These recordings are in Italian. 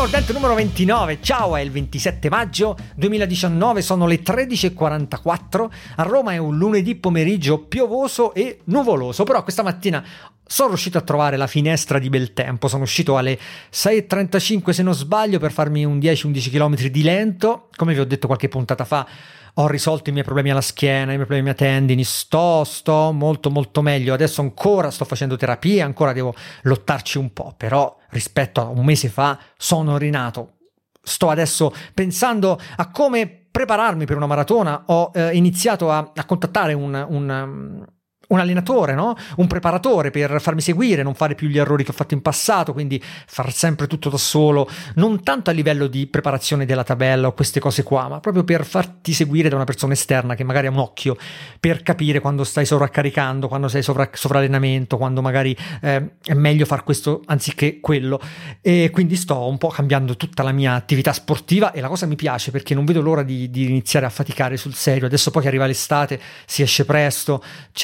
Mordente numero 29, ciao, è il 27 maggio 2019, sono le 13:44, a Roma è un lunedì pomeriggio piovoso e nuvoloso, però questa mattina sono riuscito a trovare la finestra di bel tempo, sono uscito alle 6:35 se non sbaglio per farmi un 10-11 km di lento, come vi ho detto qualche puntata fa. Ho risolto i miei problemi alla schiena, i miei problemi ai tendini, sto molto meglio. Adesso ancora sto facendo terapia, ancora devo lottarci un po', però rispetto a un mese fa sono rinato. Sto adesso pensando a come prepararmi per una maratona. Ho iniziato a contattare un allenatore, no? Un preparatore per farmi seguire, non fare più gli errori che ho fatto in passato, quindi far sempre tutto da solo, non tanto a livello di preparazione della tabella o queste cose qua, ma proprio per farti seguire da una persona esterna che magari ha un occhio per capire quando stai sovraccaricando, quando sei sovrallenamento, quando magari è meglio far questo anziché quello. E quindi sto un po' cambiando tutta la mia attività sportiva e la cosa mi piace perché non vedo l'ora di iniziare a faticare sul serio. Adesso poi che arriva l'estate, si esce presto,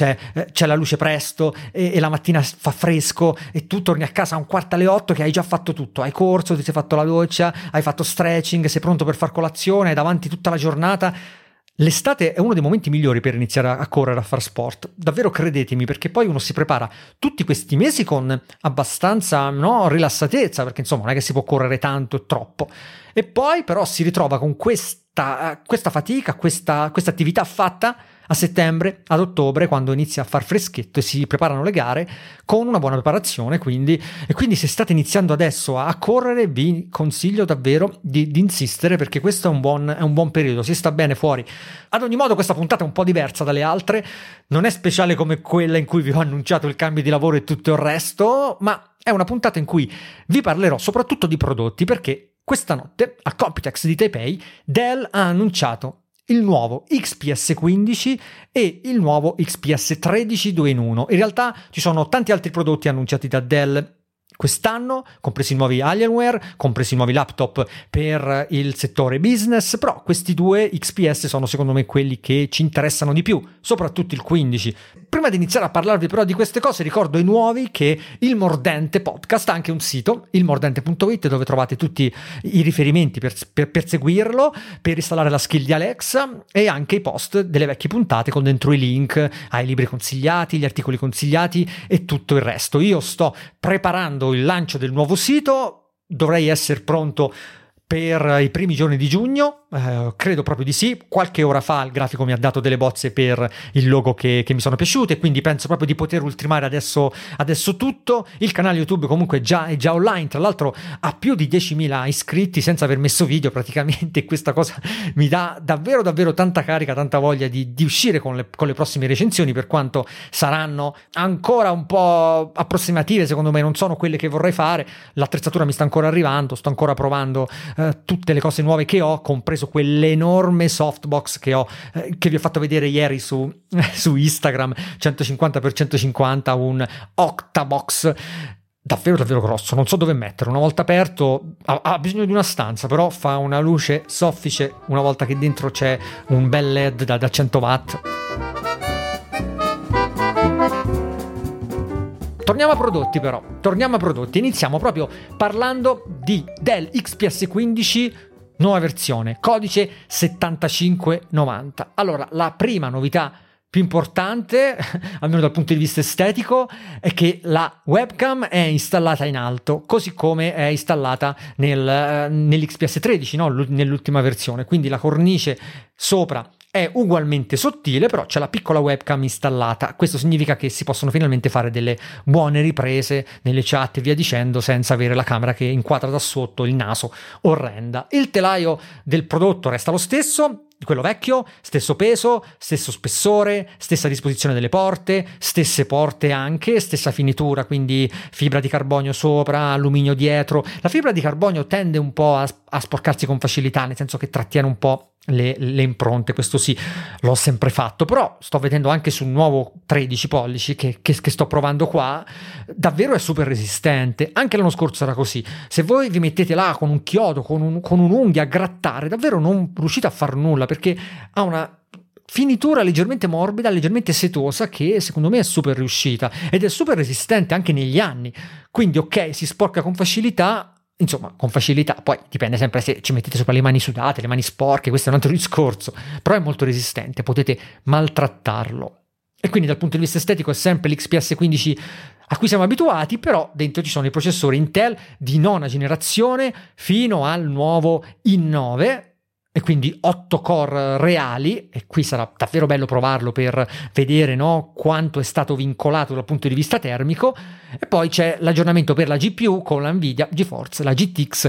c'è la luce presto e la mattina fa fresco e tu torni a casa a 7:45 che hai già fatto tutto, hai corso, ti sei fatto la doccia, hai fatto stretching, sei pronto per far colazione, hai davanti tutta la giornata. L'estate è uno dei momenti migliori per iniziare a correre, a far sport, davvero credetemi, perché poi uno si prepara tutti questi mesi con abbastanza rilassatezza, perché insomma non è che si può correre tanto e troppo, e poi però si ritrova con questa fatica, questa attività fatta a settembre, ad ottobre, quando inizia a far freschetto e si preparano le gare con una buona preparazione, quindi se state iniziando adesso a correre vi consiglio davvero di insistere, perché questo è un buon periodo, si sta bene fuori. Ad ogni modo questa puntata è un po' diversa dalle altre, non è speciale come quella in cui vi ho annunciato il cambio di lavoro e tutto il resto, ma è una puntata in cui vi parlerò soprattutto di prodotti, perché questa notte al Computex di Taipei Dell ha annunciato il nuovo XPS 15 e il nuovo XPS 13 2 in 1. In realtà ci sono tanti altri prodotti annunciati da Dell quest'anno, compresi i nuovi Alienware, compresi i nuovi laptop per il settore business, però questi due XPS sono secondo me quelli che ci interessano di più, soprattutto il 15. Prima di iniziare a parlarvi però di queste cose, ricordo ai nuovi che il Mordente Podcast ha anche un sito, ilmordente.it, dove trovate tutti i riferimenti per seguirlo, per installare la skill di Alexa e anche i post delle vecchie puntate con dentro i link ai libri consigliati, gli articoli consigliati e tutto il resto. Io sto preparando il lancio del nuovo sito, dovrei essere pronto per i primi giorni di giugno, credo proprio di sì. Qualche ora fa il grafico mi ha dato delle bozze per il logo che mi sono piaciute, quindi penso proprio di poter ultimare adesso tutto. Il canale YouTube comunque è già online, tra l'altro ha più di 10.000 iscritti senza aver messo video praticamente, questa cosa mi dà davvero tanta carica, tanta voglia di uscire con le prossime recensioni, per quanto saranno ancora un po' approssimative, secondo me non sono quelle che vorrei fare. L'attrezzatura mi sta ancora arrivando, sto ancora provando tutte le cose nuove che ho, compreso quell'enorme softbox che vi ho fatto vedere ieri su Instagram, 150x150, un Octabox davvero grosso, non so dove metterlo. Una volta aperto ha bisogno di una stanza, però fa una luce soffice una volta che dentro c'è un bel LED da 100 watt. Torniamo a prodotti, iniziamo proprio parlando di Dell XPS 15 nuova versione, codice 7590. Allora, la prima novità più importante, almeno dal punto di vista estetico, è che la webcam è installata in alto, così come è installata nell'XPS 13, no? Nell'ultima versione, quindi la cornice sopra è ugualmente sottile, però c'è la piccola webcam installata. Questo significa che si possono finalmente fare delle buone riprese nelle chat e via dicendo, senza avere la camera che inquadra da sotto, il naso orrenda. Il telaio del prodotto resta lo stesso, quello vecchio, stesso peso, stesso spessore, stessa disposizione delle porte, stesse porte anche, stessa finitura, quindi fibra di carbonio sopra, alluminio dietro. La fibra di carbonio tende un po' a sporcarsi con facilità, nel senso che trattiene un po' le impronte, questo sì, l'ho sempre fatto, però sto vedendo anche sul nuovo 13 pollici che sto provando qua, davvero è super resistente. Anche l'anno scorso era così. Se voi vi mettete là con un chiodo, con un'unghia a grattare, davvero non riuscite a far nulla, perché ha una finitura leggermente morbida, leggermente setosa, che secondo me è super riuscita ed è super resistente anche negli anni. Quindi ok, si sporca con facilità, insomma con facilità. Poi dipende sempre se ci mettete sopra le mani sudate, le mani sporche, questo è un altro discorso, però è molto resistente, potete maltrattarlo. E quindi dal punto di vista estetico è sempre l'XPS 15 a cui siamo abituati, però dentro ci sono i processori Intel di nona generazione fino al nuovo i9, e quindi 8 core reali, e qui sarà davvero bello provarlo per vedere, no, quanto è stato vincolato dal punto di vista termico. E poi c'è l'aggiornamento per la GPU con la Nvidia GeForce, la GTX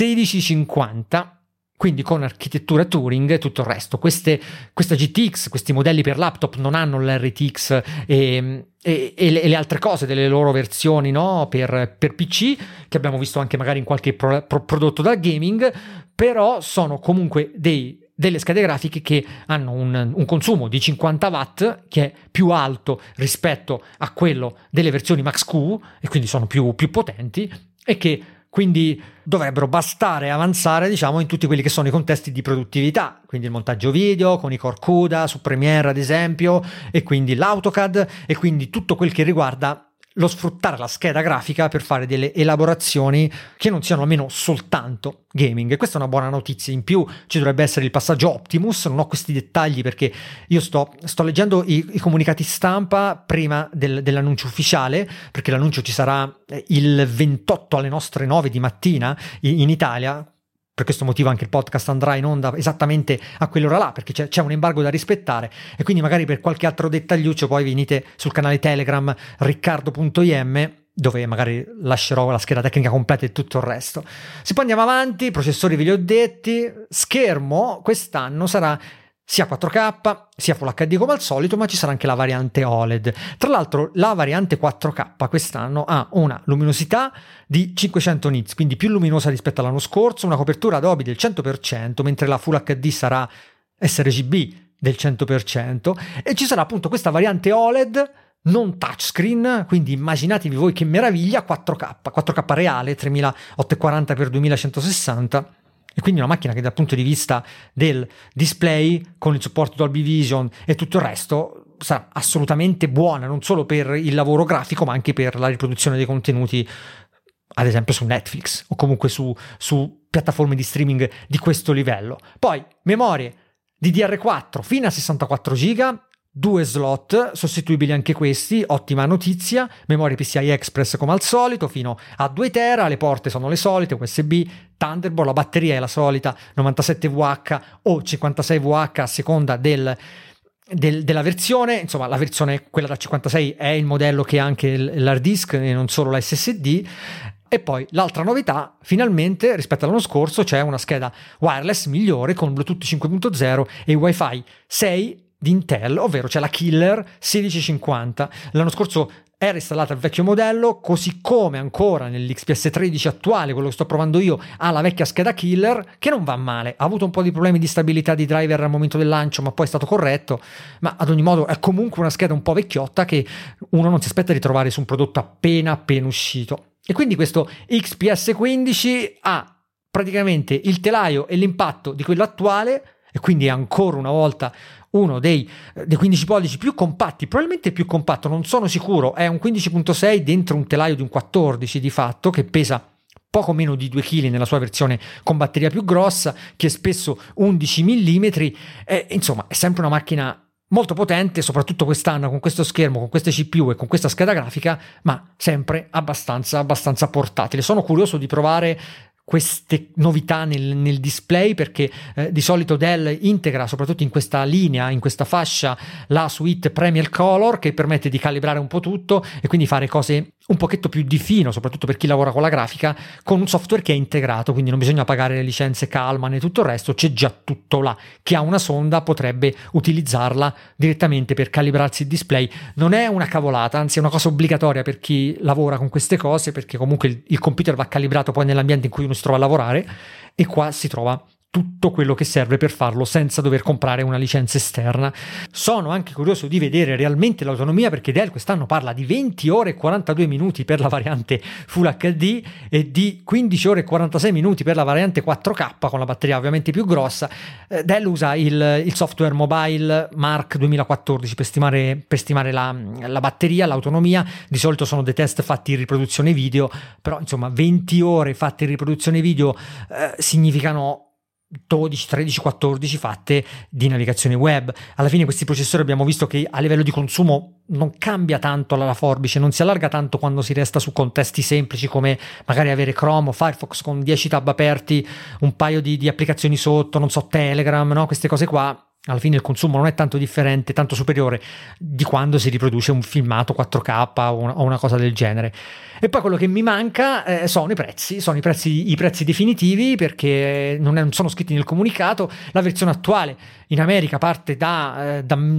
1650, quindi con architettura Turing e tutto il resto. Questa GTX, questi modelli per laptop non hanno l'RTX e le altre cose delle loro versioni, no, per PC, che abbiamo visto anche magari in qualche prodotto da gaming, però sono comunque delle schede grafiche che hanno un consumo di 50 watt che è più alto rispetto a quello delle versioni Max-Q, e quindi sono più potenti, e che quindi dovrebbero bastare avanzare, diciamo, in tutti quelli che sono i contesti di produttività, quindi il montaggio video con i Core CUDA su Premiere ad esempio, e quindi l'AutoCAD, e quindi tutto quel che riguarda lo sfruttare la scheda grafica per fare delle elaborazioni che non siano almeno soltanto gaming. E questa è una buona notizia. In più ci dovrebbe essere il passaggio Optimus, non ho questi dettagli perché io sto leggendo i comunicati stampa prima dell'annuncio ufficiale, perché l'annuncio ci sarà il 28 alle nostre 9 di mattina in Italia. Per questo motivo anche il podcast andrà in onda esattamente a quell'ora là, perché c'è un embargo da rispettare, e quindi magari per qualche altro dettagliuccio poi venite sul canale Telegram riccardo.im, dove magari lascerò la scheda tecnica completa e tutto il resto. Se poi andiamo avanti, processori ve li ho detti, schermo quest'anno sarà sia 4K sia Full HD come al solito, ma ci sarà anche la variante OLED. Tra l'altro la variante 4K quest'anno ha una luminosità di 500 nits, quindi più luminosa rispetto all'anno scorso, una copertura Adobe del 100%, mentre la Full HD sarà sRGB del 100%, e ci sarà appunto questa variante OLED non touchscreen, quindi immaginatevi voi che meraviglia, 4K reale, 3840x2160, e quindi una macchina che dal punto di vista del display, con il supporto Dolby Vision e tutto il resto, sarà assolutamente buona, non solo per il lavoro grafico ma anche per la riproduzione dei contenuti, ad esempio su Netflix o comunque su piattaforme di streaming di questo livello. Poi memorie DDR4 fino a 64 GB, 2 slot sostituibili anche questi, ottima notizia. Memoria PCI Express come al solito fino a 2 tera, le porte sono le solite USB, Thunderbolt, la batteria è la solita 97VH o 56VH a seconda della versione. Insomma, la versione quella da 56 è il modello che ha anche l'hard disk e non solo la SSD. E poi l'altra novità, finalmente rispetto all'anno scorso c'è una scheda wireless migliore con Bluetooth 5.0 e Wi-Fi 6 di Intel, ovvero c'è la Killer 1650. L'anno scorso era installata il vecchio modello, così come ancora nell'XPS 13 attuale, quello che sto provando io, ha la vecchia scheda Killer, che non va male, ha avuto un po' di problemi di stabilità di driver al momento del lancio, ma poi è stato corretto. Ma ad ogni modo è comunque una scheda un po' vecchiotta che uno non si aspetta di trovare su un prodotto appena uscito. E quindi questo XPS 15 ha praticamente il telaio e l'impatto di quello attuale, e quindi è ancora una volta uno dei 15 pollici più compatti, probabilmente più compatto, non sono sicuro, è un 15.6 dentro un telaio di un 14 di fatto, che pesa poco meno di 2 kg nella sua versione con batteria più grossa, che è spesso 11 mm, insomma è sempre una macchina molto potente, soprattutto quest'anno con questo schermo, con queste CPU e con questa scheda grafica, ma sempre abbastanza portatile. Sono curioso di provare queste novità nel display, perché di solito Dell integra soprattutto in questa linea, in questa fascia, la suite Premier Color, che permette di calibrare un po' tutto e quindi fare cose un pochetto più di fino, soprattutto per chi lavora con la grafica, con un software che è integrato, quindi non bisogna pagare le licenze Kalman e tutto il resto, c'è già tutto là. Chi ha una sonda potrebbe utilizzarla direttamente per calibrarsi il display. Non è una cavolata, anzi è una cosa obbligatoria per chi lavora con queste cose, perché comunque il computer va calibrato poi nell'ambiente in cui uno si trova a lavorare, e qua si trova tutto quello che serve per farlo senza dover comprare una licenza esterna. Sono anche curioso di vedere realmente l'autonomia, perché Dell quest'anno parla di 20 ore e 42 minuti per la variante Full HD e di 15 ore e 46 minuti per la variante 4K, con la batteria ovviamente più grossa. Dell usa il software Mobile Mark 2014 per stimare la batteria, l'autonomia. Di solito sono dei test fatti in riproduzione video, però insomma 20 ore fatte in riproduzione video significano 12, 13, 14 fatte di navigazione web. Alla fine questi processori abbiamo visto che a livello di consumo non cambia tanto la forbice, non si allarga tanto quando si resta su contesti semplici come magari avere Chrome o Firefox con 10 tab aperti, un paio di applicazioni sotto, non so, Telegram, no? Queste cose qua. Alla fine il consumo non è tanto differente, tanto superiore di quando si riproduce un filmato 4K o una cosa del genere. E poi quello che mi manca sono i prezzi definitivi, perché non sono scritti nel comunicato. La versione attuale in America parte da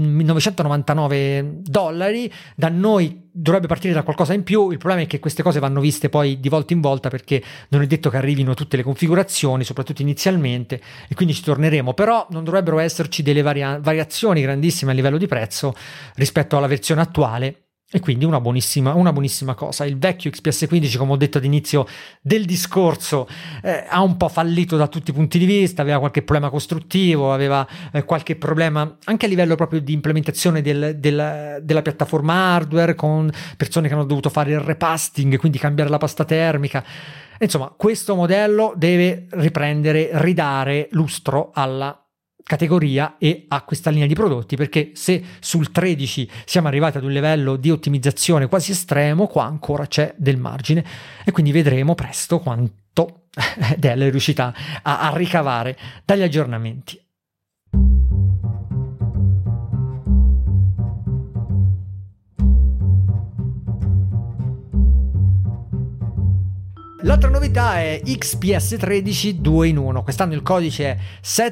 $999, da noi dovrebbe partire da qualcosa in più. Il problema è che queste cose vanno viste poi di volta in volta, perché non è detto che arrivino tutte le configurazioni, soprattutto inizialmente, e quindi ci torneremo. Però non dovrebbero esserci delle variazioni grandissime a livello di prezzo rispetto alla versione attuale, e quindi una buonissima cosa. Il vecchio XPS 15, come ho detto all'inizio del discorso, ha un po' fallito da tutti i punti di vista, aveva qualche problema costruttivo, aveva qualche problema anche a livello proprio di implementazione della piattaforma hardware, con persone che hanno dovuto fare il repasting, quindi cambiare la pasta termica. Insomma, questo modello deve ridare lustro alla categoria e a questa linea di prodotti, perché se sul 13 siamo arrivati ad un livello di ottimizzazione quasi estremo, qua ancora c'è del margine, e quindi vedremo presto quanto Dell è riuscita a ricavare dagli aggiornamenti. L'altra novità è XPS 13 2 in 1, quest'anno il codice è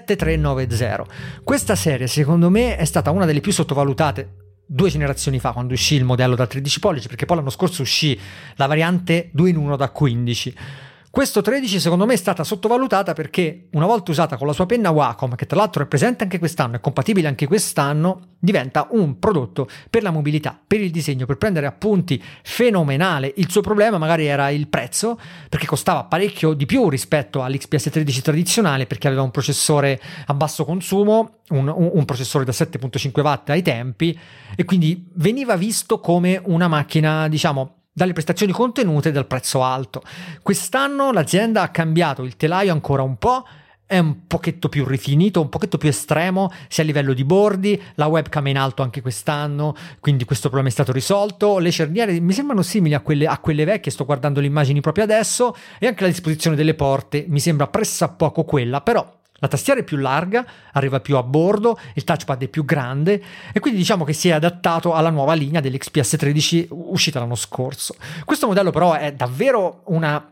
7390. Questa serie secondo me è stata una delle più sottovalutate 2 generazioni fa, quando uscì il modello da 13 pollici, perché poi l'anno scorso uscì la variante 2 in 1 da 15. Questo 13 secondo me è stata sottovalutata, perché una volta usata con la sua penna Wacom, che tra l'altro è presente anche quest'anno, è compatibile anche quest'anno, diventa un prodotto per la mobilità, per il disegno, per prendere appunti fenomenale. Il suo problema magari era il prezzo, perché costava parecchio di più rispetto all'XPS 13 tradizionale, perché aveva un processore a basso consumo, un processore da 7.5 watt ai tempi, e quindi veniva visto come una macchina, diciamo, dalle prestazioni contenute e dal prezzo alto. Quest'anno l'azienda ha cambiato il telaio ancora un po', è un pochetto più rifinito, un pochetto più estremo sia a livello di bordi, la webcam è in alto anche quest'anno, quindi questo problema è stato risolto. Le cerniere mi sembrano simili a quelle vecchie, sto guardando le immagini proprio adesso, e anche la disposizione delle porte mi sembra pressappoco quella, però la tastiera è più larga, arriva più a bordo, il touchpad è più grande, e quindi diciamo che si è adattato alla nuova linea dell'XPS 13 uscita l'anno scorso. Questo modello però è davvero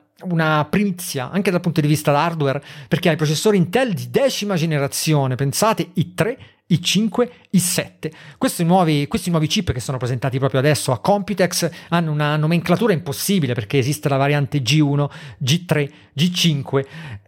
una primizia anche dal punto di vista hardware, perché ha i processori Intel di 10ª generazione, pensate, i3, i5, i7. Questi nuovi chip che sono presentati proprio adesso a Computex hanno una nomenclatura impossibile, perché esiste la variante G1, G3, G5,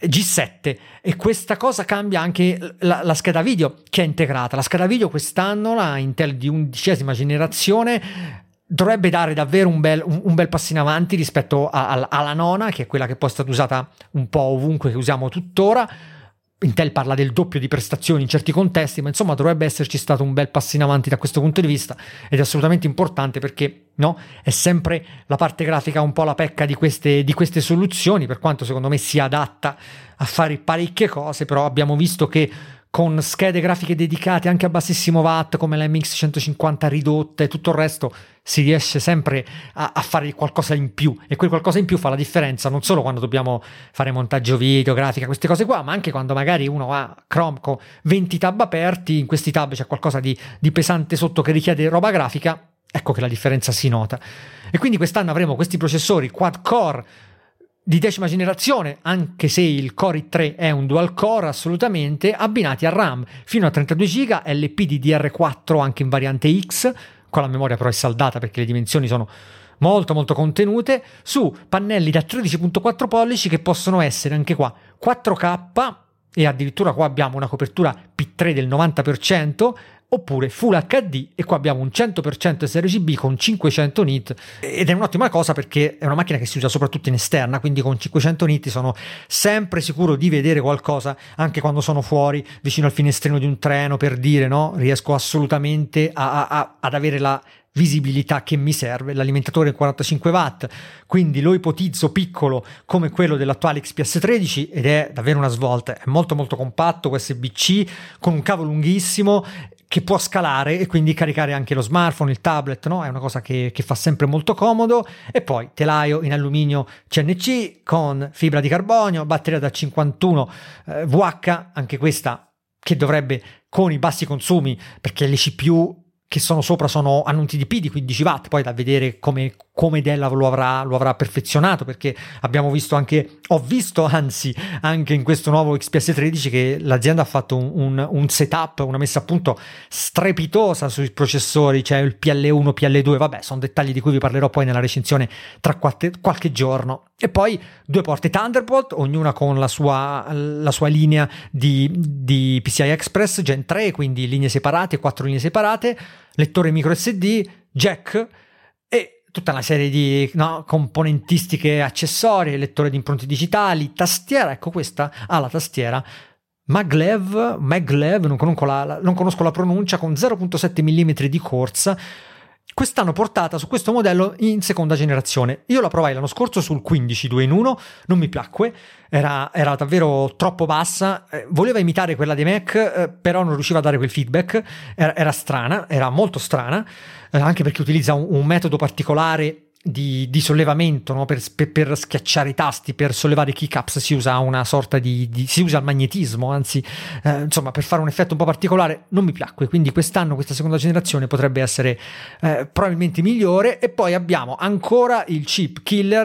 G7, e questa cosa cambia anche la scheda video che è integrata. La scheda video quest'anno, la Intel di 11ª generazione, dovrebbe dare davvero un bel passo in avanti rispetto alla nona, che è quella che poi è stata usata un po' ovunque, che usiamo tuttora. Intel parla del doppio di prestazioni in certi contesti, ma insomma dovrebbe esserci stato un bel passo in avanti da questo punto di vista, ed è assolutamente importante, perché no, è sempre la parte grafica un po' la pecca di queste soluzioni, per quanto secondo me sia adatta a fare parecchie cose. Però abbiamo visto che con schede grafiche dedicate anche a bassissimo watt come la MX 150 ridotta e tutto il resto, si riesce sempre a fare qualcosa in più, e quel qualcosa in più fa la differenza non solo quando dobbiamo fare montaggio video, grafica, queste cose qua, ma anche quando magari uno ha Chrome con 20 tab aperti, in questi tab c'è qualcosa di pesante sotto che richiede roba grafica, ecco che la differenza si nota. E quindi quest'anno avremo questi processori quad core di 10ª generazione, anche se il Core i3 è un dual core assolutamente, abbinati a RAM fino a 32 GB, LPDDR4 anche in variante X, con la memoria però è saldata perché le dimensioni sono molto molto contenute, su pannelli da 13.4 pollici che possono essere anche qua 4K e addirittura qua abbiamo una copertura P3 del 90%, oppure Full HD, e qua abbiamo un 100% sRGB con 500 nit, ed è un'ottima cosa perché è una macchina che si usa soprattutto in esterna, quindi con 500 nit sono sempre sicuro di vedere qualcosa anche quando sono fuori vicino al finestrino di un treno, per dire, no? Riesco assolutamente ad avere la visibilità che mi serve. L'alimentatore è 45 watt, quindi lo ipotizzo piccolo come quello dell'attuale XPS 13, ed è davvero una svolta. È molto molto compatto, USB-C con un cavo lunghissimo che può scalare e quindi caricare anche lo smartphone, il tablet, no? È una cosa che fa sempre molto comodo. E poi telaio in alluminio CNC con fibra di carbonio, batteria da 51 VH, anche questa che dovrebbe, con i bassi consumi, perché le CPU che sono sopra hanno un TDP di 15 watt, poi da vedere come Dell lo avrà perfezionato, perché ho visto anche in questo nuovo XPS 13 che l'azienda ha fatto un setup, una messa a punto strepitosa sui processori, cioè il PL1, PL2, vabbè, sono dettagli di cui vi parlerò poi nella recensione tra qualche giorno. E poi 2 porte Thunderbolt, ognuna con la sua linea di PCI Express Gen 3, quindi linee separate, 4 linee separate, lettore micro SD, jack e tutta una serie di componentistiche accessorie, lettore di impronte digitali, tastiera. Ecco, questa ha la tastiera maglev, non conosco la pronuncia, con 0.7 mm di corsa. Quest'anno portata su questo modello in seconda generazione. Io la provai l'anno scorso sul 15 2 in 1, non mi piacque, era davvero troppo bassa, voleva imitare quella dei Mac, però non riusciva a dare quel feedback, era strana, era molto strana, anche perché utilizza un metodo particolare di sollevamento, no? per schiacciare i tasti, per sollevare i keycaps si usa una sorta si usa il magnetismo, anzi insomma, per fare un effetto un po' particolare. Non mi piacque, quindi quest'anno questa seconda generazione potrebbe essere probabilmente migliore. E poi abbiamo ancora il chip killer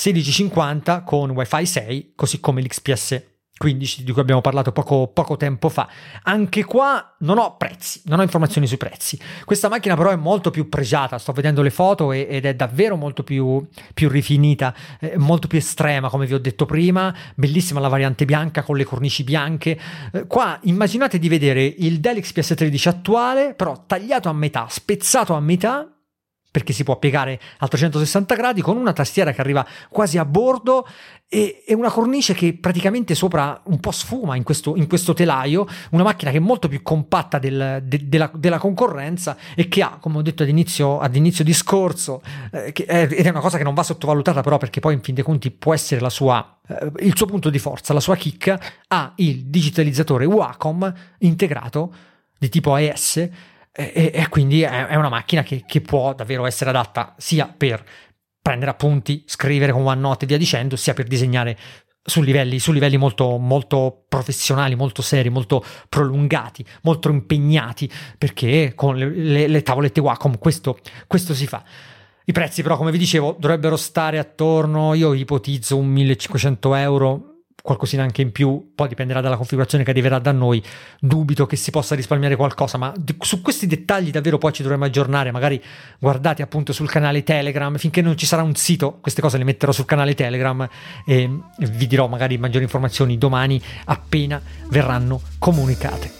1650 con Wi-Fi 6, così come l'XPS 15 di cui abbiamo parlato poco tempo fa. Anche qua non ho informazioni sui prezzi. Questa macchina però è molto più pregiata, sto vedendo le foto ed è davvero molto più rifinita, molto più estrema, come vi ho detto prima. Bellissima la variante bianca con le cornici bianche. Qua immaginate di vedere il Dell XPS 13 attuale, però tagliato a metà, spezzato a metà, perché si può piegare a 360 gradi, con una tastiera che arriva quasi a bordo e una cornice che praticamente sopra un po' sfuma in questo telaio. Una macchina che è molto più compatta della concorrenza e che ha, come ho detto ad inizio discorso, ed è una cosa che non va sottovalutata però, perché poi in fin dei conti può essere il suo punto di forza, la sua chicca, ha il digitalizzatore Wacom integrato di tipo AES. E quindi è una macchina che può davvero essere adatta sia per prendere appunti, scrivere con OneNote e via dicendo, sia per disegnare su livelli molto, molto professionali, molto seri, molto prolungati, molto impegnati, perché con le tavolette Wacom questo si fa. I prezzi però, come vi dicevo, dovrebbero stare attorno, io ipotizzo, un 1.500 euro, qualcosina anche in più, poi dipenderà dalla configurazione che arriverà da noi. Dubito che si possa risparmiare qualcosa, ma su questi dettagli davvero poi ci dovremo aggiornare. Magari guardate appunto sul canale Telegram, finché non ci sarà un sito, queste cose le metterò sul canale Telegram e vi dirò magari maggiori informazioni domani appena verranno comunicate.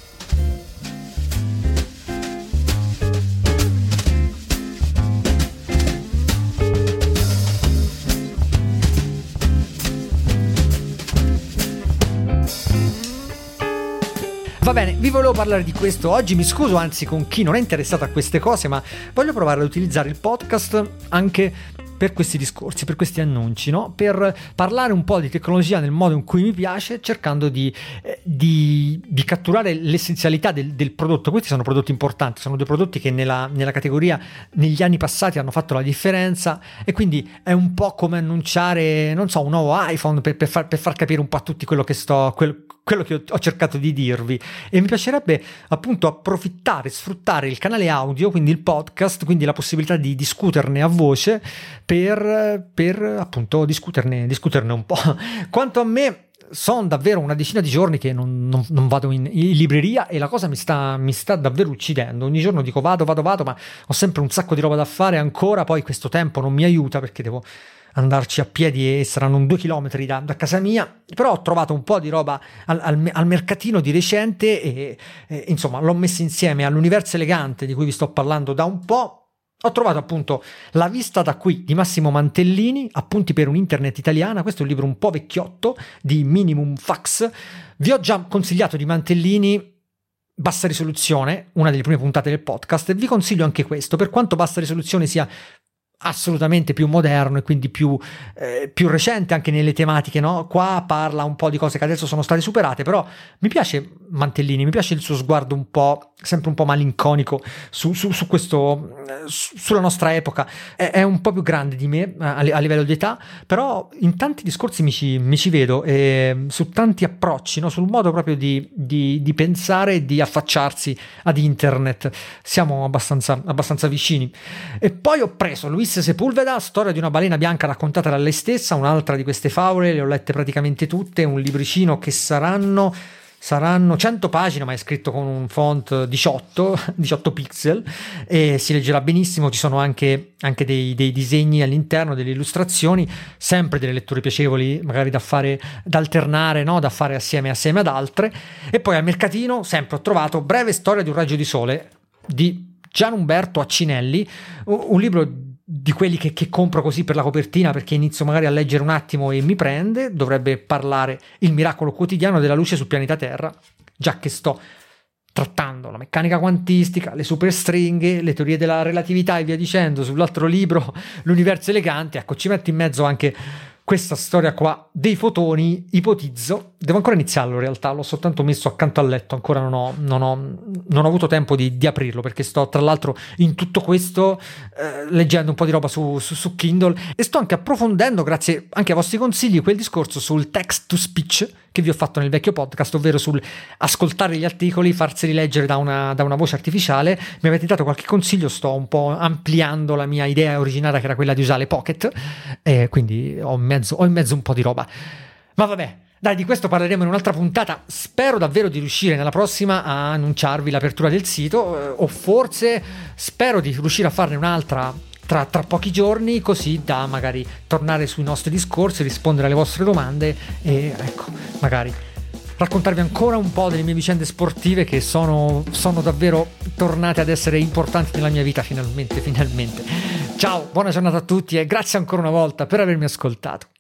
Va bene, vi volevo parlare di questo oggi, mi scuso anzi con chi non è interessato a queste cose, ma voglio provare ad utilizzare il podcast anche per questi discorsi, per questi annunci, no? Per parlare un po' di tecnologia nel modo in cui mi piace, cercando di catturare l'essenzialità del prodotto. Questi sono prodotti importanti, sono due prodotti che nella categoria negli anni passati hanno fatto la differenza, e quindi è un po' come annunciare, non so, un nuovo iPhone per far capire un po' a tutti quello che ho cercato di dirvi. E mi piacerebbe appunto approfittare, sfruttare il canale audio, quindi il podcast, quindi la possibilità di discuterne a voce, per appunto discuterne un po'. Quanto a me, sono davvero una decina di giorni che non vado in libreria, e la cosa mi sta davvero uccidendo. Ogni giorno dico vado, ma ho sempre un sacco di roba da fare ancora, poi questo tempo non mi aiuta perché devo andarci a piedi e saranno 2 chilometri da casa mia, però ho trovato un po' di roba al mercatino di recente e insomma l'ho messa insieme all'Universo Elegante di cui vi sto parlando da un po'. Ho trovato appunto La vista da qui di Massimo Mantellini, Appunti per un'Internet italiana. Questo è un libro un po' vecchiotto di Minimum Fax. Vi ho già consigliato di Mantellini Bassa risoluzione, una delle prime puntate del podcast, e vi consiglio anche questo, per quanto Bassa risoluzione sia assolutamente più moderno e quindi più recente anche nelle tematiche, no? Qua parla un po' di cose che adesso sono state superate, però mi piace Mantellini, mi piace il suo sguardo un po', sempre un po' malinconico su questo, sulla nostra epoca. È un po' più grande di me a livello di età, però in tanti discorsi mi ci vedo, su tanti approcci, no? Sul modo proprio di pensare e di affacciarsi ad internet siamo abbastanza vicini. E poi ho preso Luis Sepulveda, Storia di una balena bianca raccontata da lei stessa, un'altra di queste favole, le ho lette praticamente tutte, un libricino che saranno 100 pagine, ma è scritto con un font 18 pixel e si leggerà benissimo. Ci sono anche dei disegni all'interno, delle illustrazioni, sempre delle letture piacevoli, magari da alternare, no? Da fare assieme ad altre. E poi al mercatino sempre ho trovato Breve storia di un raggio di sole di Gian Umberto Accinelli, un libro di quelli che compro così per la copertina, perché inizio magari a leggere un attimo e mi prende. Dovrebbe parlare il miracolo quotidiano della luce sul pianeta Terra, già che sto trattando la meccanica quantistica, le superstringhe, le teorie della relatività e via dicendo sull'altro libro L'Universo Elegante. Ecco, ci metto in mezzo anche questa storia qua dei fotoni, ipotizzo. Devo ancora iniziarlo in realtà, l'ho soltanto messo accanto al letto, ancora non ho avuto tempo di aprirlo, perché sto tra l'altro in tutto questo leggendo un po' di roba su Kindle, e sto anche approfondendo, grazie anche ai vostri consigli, quel discorso sul text to speech che vi ho fatto nel vecchio podcast, ovvero sul ascoltare gli articoli, farseli leggere da una voce artificiale. Mi avete dato qualche consiglio, sto un po' ampliando la mia idea originaria, che era quella di usare Pocket, e quindi ho in mezzo un po' di roba. Ma vabbè, dai, di questo parleremo in un'altra puntata. Spero davvero di riuscire nella prossima a annunciarvi l'apertura del sito, o forse spero di riuscire a farne un'altra tra pochi giorni, così da magari tornare sui nostri discorsi, rispondere alle vostre domande e ecco, magari raccontarvi ancora un po' delle mie vicende sportive, che sono davvero tornate ad essere importanti nella mia vita finalmente. Ciao, buona giornata a tutti e grazie ancora una volta per avermi ascoltato.